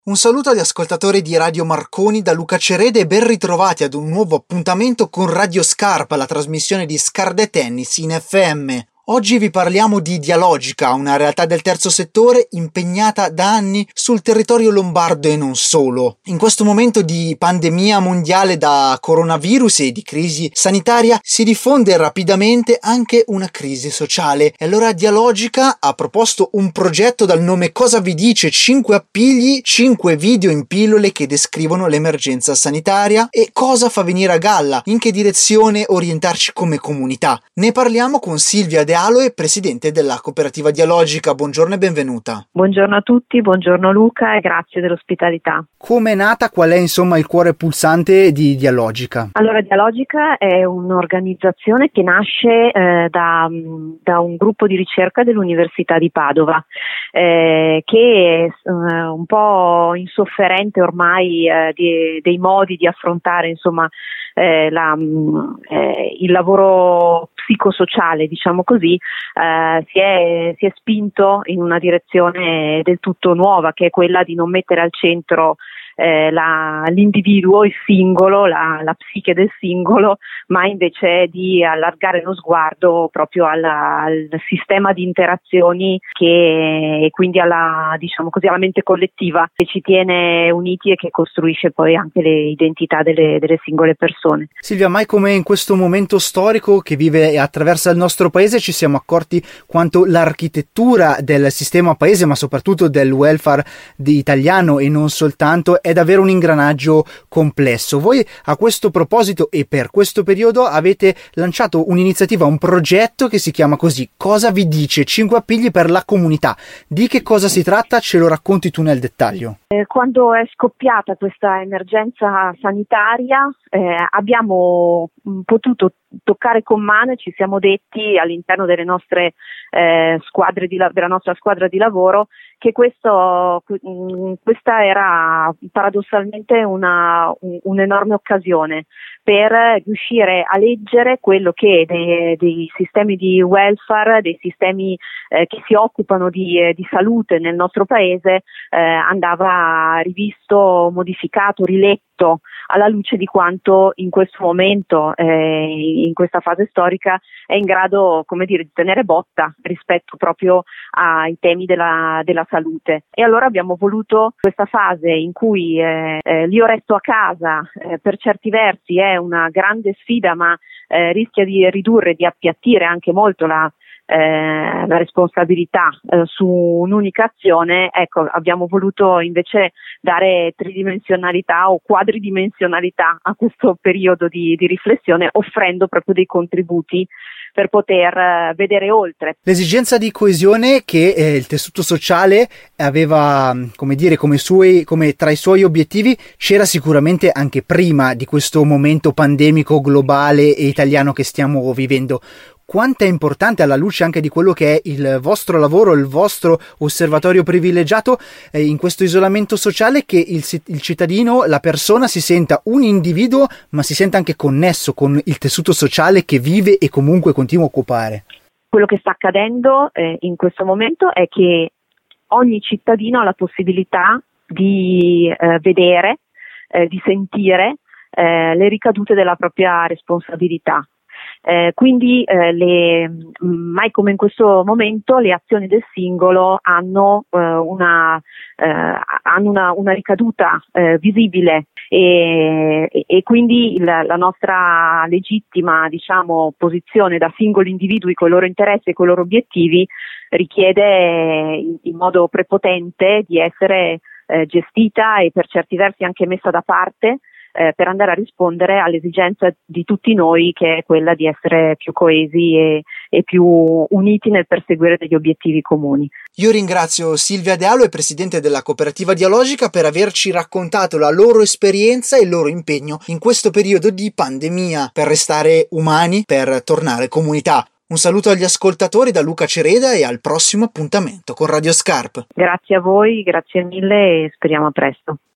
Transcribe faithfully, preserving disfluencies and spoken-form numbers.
Un saluto agli ascoltatori di Radio Marconi da Luca Cerede e ben ritrovati ad un nuovo appuntamento con Radio Scarpa, la trasmissione di Scarde Tennis in F M. Oggi vi parliamo di Dialogica, una realtà del terzo settore impegnata da anni sul territorio lombardo e non solo. In questo momento di pandemia mondiale da coronavirus e di crisi sanitaria si diffonde rapidamente anche una crisi sociale. E allora Dialogica ha proposto un progetto dal nome Cosa vi dice? cinque appigli, cinque video in pillole che descrivono l'emergenza sanitaria e cosa fa venire a galla, in che direzione orientarci come comunità. Ne parliamo con Silvia De Aloe, presidente della cooperativa Dialogica. Buongiorno e benvenuta. Buongiorno a tutti, buongiorno Luca e grazie dell'ospitalità. Come è nata? Qual è insomma il cuore pulsante di Dialogica? Allora, Dialogica è un'organizzazione che nasce eh, da, da un gruppo di ricerca dell'Università di Padova eh, che è eh, un po' insofferente ormai eh, di, dei modi di affrontare insomma eh, la, eh, il lavoro psicosociale, diciamo così, eh, si, è, si è spinto in una direzione del tutto nuova, che è quella di non mettere al centro eh, la, l'individuo, il singolo, la, la psiche del singolo, ma invece di allargare lo sguardo proprio alla, al sistema di interazioni che, e quindi alla, diciamo così, alla mente collettiva che ci tiene uniti e che costruisce poi anche le identità delle, delle singole persone. Silvia, mai come in questo momento storico che vive e attraversa il nostro paese ci siamo accorti quanto l'architettura del sistema paese, ma soprattutto del welfare di italiano e non soltanto, è davvero un ingranaggio complesso. Voi a questo proposito e per questo periodo avete lanciato un'iniziativa, un progetto che si chiama così, Cosa vi dice? cinque appigli per la comunità. Di che cosa si tratta? Ce lo racconti tu nel dettaglio. Eh, quando è scoppiata questa emergenza sanitaria eh, abbiamo mh, potuto toccare con mano e ci siamo detti all'interno delle nostre eh, squadre di la- della nostra squadra di lavoro che questo, mh, questa era paradossalmente una, un, un'enorme occasione per riuscire a leggere quello che dei, dei sistemi di welfare, dei sistemi eh, che si occupano di, eh, di salute nel nostro paese eh, andava rivisto, modificato, riletto alla luce di quanto in questo momento, eh, in questa fase storica, è in grado, come dire, di tenere botta rispetto proprio ai temi della, della salute. E allora abbiamo voluto questa fase in cui eh, eh, l'io resto a casa, eh, per certi versi è una grande sfida, ma eh, rischia di ridurre, di appiattire anche molto la Eh, la responsabilità eh, su un'unica azione. Ecco, abbiamo voluto invece dare tridimensionalità o quadridimensionalità a questo periodo di, di riflessione, offrendo proprio dei contributi per poter eh, vedere oltre. L'esigenza di coesione che eh, il tessuto sociale aveva, come dire, come, suoi, come tra i suoi obiettivi c'era sicuramente anche prima di questo momento pandemico globale e italiano che stiamo vivendo. Quanto è importante, alla luce anche di quello che è il vostro lavoro, il vostro osservatorio privilegiato eh, in questo isolamento sociale, che il, il cittadino, la persona si senta un individuo, ma si senta anche connesso con il tessuto sociale che vive e comunque continua a occupare. Quello che sta accadendo eh, in questo momento è che ogni cittadino ha la possibilità di eh, vedere, eh, di sentire eh, le ricadute della propria responsabilità. Eh, quindi eh, le, mai come in questo momento le azioni del singolo hanno eh, una eh, hanno una, una ricaduta eh, visibile e, e quindi il, la nostra legittima, diciamo, posizione da singoli individui con i loro interessi e con i loro obiettivi richiede in, in modo prepotente di essere eh, gestita e per certi versi anche messa da parte Eh, per andare a rispondere all'esigenza di tutti noi, che è quella di essere più coesi e, e più uniti nel perseguire degli obiettivi comuni. Io ringrazio Silvia De Aloe, presidente della cooperativa Dialogica, per averci raccontato la loro esperienza e il loro impegno in questo periodo di pandemia per restare umani, per tornare comunità. Un saluto agli ascoltatori da Luca Cereda e al prossimo appuntamento con Radio Scarp. Grazie a voi, grazie mille e speriamo a presto.